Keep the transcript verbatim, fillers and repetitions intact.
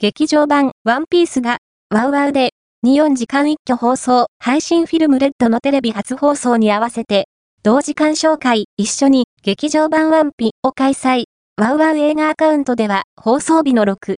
劇場版ワンピースが、ワウワウで、にじゅうよじかん一挙放送、配信フィルムレッドのテレビ初放送に合わせて、同時間紹介、一緒に劇場版ワンピを開催。ワウワウ映画アカウントでは放送日のろく、